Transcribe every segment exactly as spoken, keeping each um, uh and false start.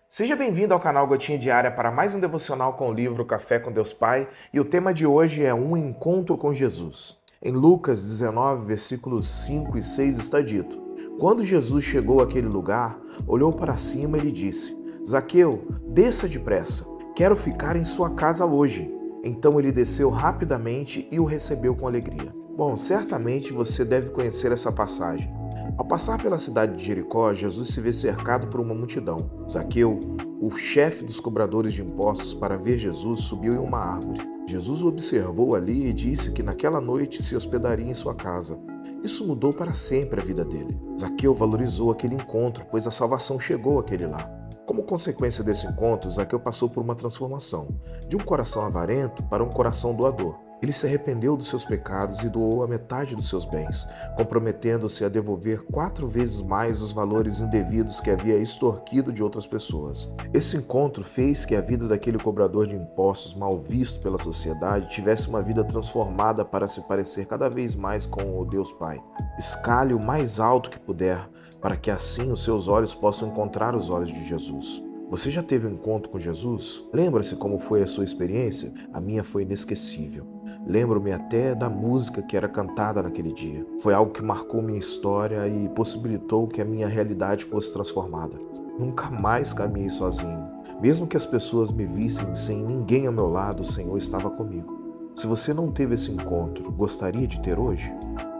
Seja bem-vindo ao canal Gotinha Diária para mais um devocional com o livro Café com Deus Pai, e o tema de hoje é um encontro com Jesus. Em Lucas dezenove, versículos cinco e seis está dito: Quando Jesus chegou àquele lugar, olhou para cima e lhe disse: Zaqueu, desça depressa, quero ficar em sua casa hoje. Então ele desceu rapidamente e o recebeu com alegria. Bom, certamente você deve conhecer essa passagem. Ao passar pela cidade de Jericó, Jesus se vê cercado por uma multidão. Zaqueu, o chefe dos cobradores de impostos, para ver Jesus, subiu em uma árvore. Jesus o observou ali e disse que naquela noite se hospedaria em sua casa. Isso mudou para sempre a vida dele. Zaqueu valorizou aquele encontro, pois a salvação chegou àquele lá. Como consequência desse encontro, Zaqueu passou por uma transformação, de um coração avarento para um coração doador. Ele se arrependeu dos seus pecados e doou a metade dos seus bens, comprometendo-se a devolver quatro vezes mais os valores indevidos que havia extorquido de outras pessoas. Esse encontro fez que a vida daquele cobrador de impostos mal visto pela sociedade tivesse uma vida transformada para se parecer cada vez mais com o Deus Pai. Escale o mais alto que puder, para que assim os seus olhos possam encontrar os olhos de Jesus. Você já teve um encontro com Jesus? Lembra-se como foi a sua experiência? A minha foi inesquecível. Lembro-me até da música que era cantada naquele dia. Foi algo que marcou minha história e possibilitou que a minha realidade fosse transformada. Nunca mais caminhei sozinho. Mesmo que as pessoas me vissem sem ninguém ao meu lado, o Senhor estava comigo. Se você não teve esse encontro, gostaria de ter hoje?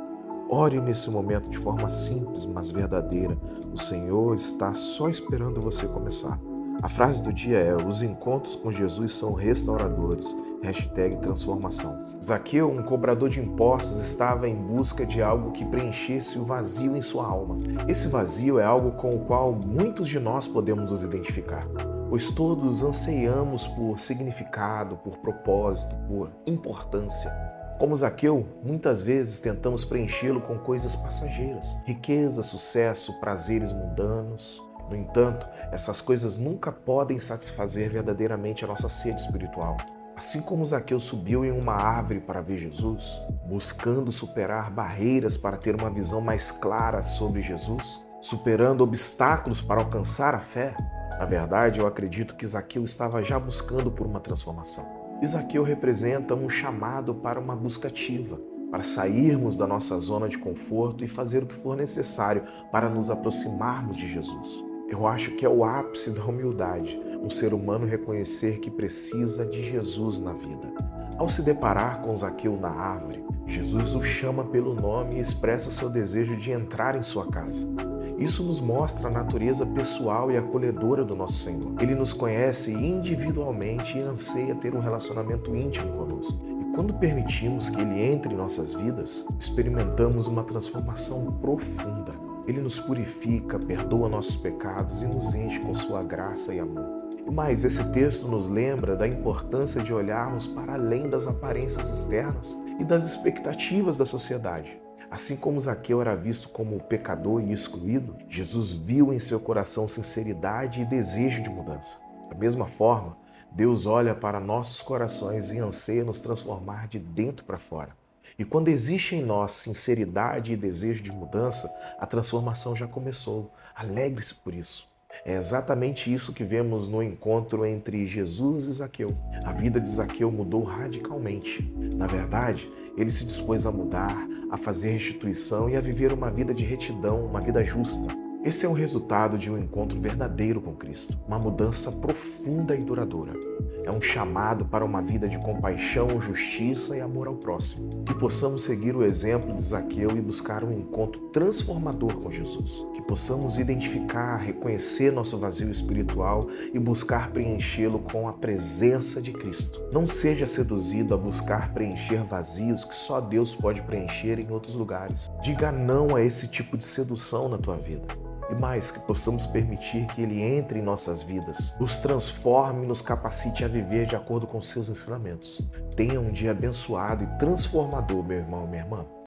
Ore nesse momento de forma simples, mas verdadeira. O Senhor está só esperando você começar. A frase do dia é: os encontros com Jesus são restauradores. Hashtag transformação. Zaqueu, um cobrador de impostos, estava em busca de algo que preenchesse o vazio em sua alma. Esse vazio é algo com o qual muitos de nós podemos nos identificar, pois todos anseiamos por significado, por propósito, por importância. Como Zaqueu, muitas vezes tentamos preenchê-lo com coisas passageiras, riqueza, sucesso, prazeres mundanos. No entanto, essas coisas nunca podem satisfazer verdadeiramente a nossa sede espiritual. Assim como Zaqueu subiu em uma árvore para ver Jesus, buscando superar barreiras para ter uma visão mais clara sobre Jesus, superando obstáculos para alcançar a fé, na verdade, eu acredito que Zaqueu estava já buscando por uma transformação. E Zaqueu representa um chamado para uma busca ativa, para sairmos da nossa zona de conforto e fazer o que for necessário para nos aproximarmos de Jesus. Eu acho que é o ápice da humildade, um ser humano reconhecer que precisa de Jesus na vida. Ao se deparar com Zaqueu na árvore, Jesus o chama pelo nome e expressa seu desejo de entrar em sua casa. Isso nos mostra a natureza pessoal e acolhedora do nosso Senhor. Ele nos conhece individualmente e anseia ter um relacionamento íntimo conosco. E quando permitimos que Ele entre em nossas vidas, experimentamos uma transformação profunda. Ele nos purifica, perdoa nossos pecados e nos enche com sua graça e amor. E mais, esse texto nos lembra da importância de olharmos para além das aparências externas e das expectativas da sociedade. Assim como Zaqueu era visto como pecador e excluído, Jesus viu em seu coração sinceridade e desejo de mudança. Da mesma forma, Deus olha para nossos corações e anseia nos transformar de dentro para fora. E quando existe em nós sinceridade e desejo de mudança, a transformação já começou. Alegre-se por isso. É exatamente isso que vemos no encontro entre Jesus e Zaqueu. A vida de Zaqueu mudou radicalmente. Na verdade, ele se dispôs a mudar, a fazer restituição e a viver uma vida de retidão, uma vida justa. Esse é o resultado de um encontro verdadeiro com Cristo, uma mudança profunda e duradoura. É um chamado para uma vida de compaixão, justiça e amor ao próximo. Que possamos seguir o exemplo de Zaqueu e buscar um encontro transformador com Jesus. Que possamos identificar, reconhecer nosso vazio espiritual e buscar preenchê-lo com a presença de Cristo. Não seja seduzido a buscar preencher vazios que só Deus pode preencher em outros lugares. Diga não a esse tipo de sedução na tua vida. E mais, que possamos permitir que Ele entre em nossas vidas, nos transforme e nos capacite a viver de acordo com seus ensinamentos. Tenha um dia abençoado e transformador, meu irmão, minha irmã.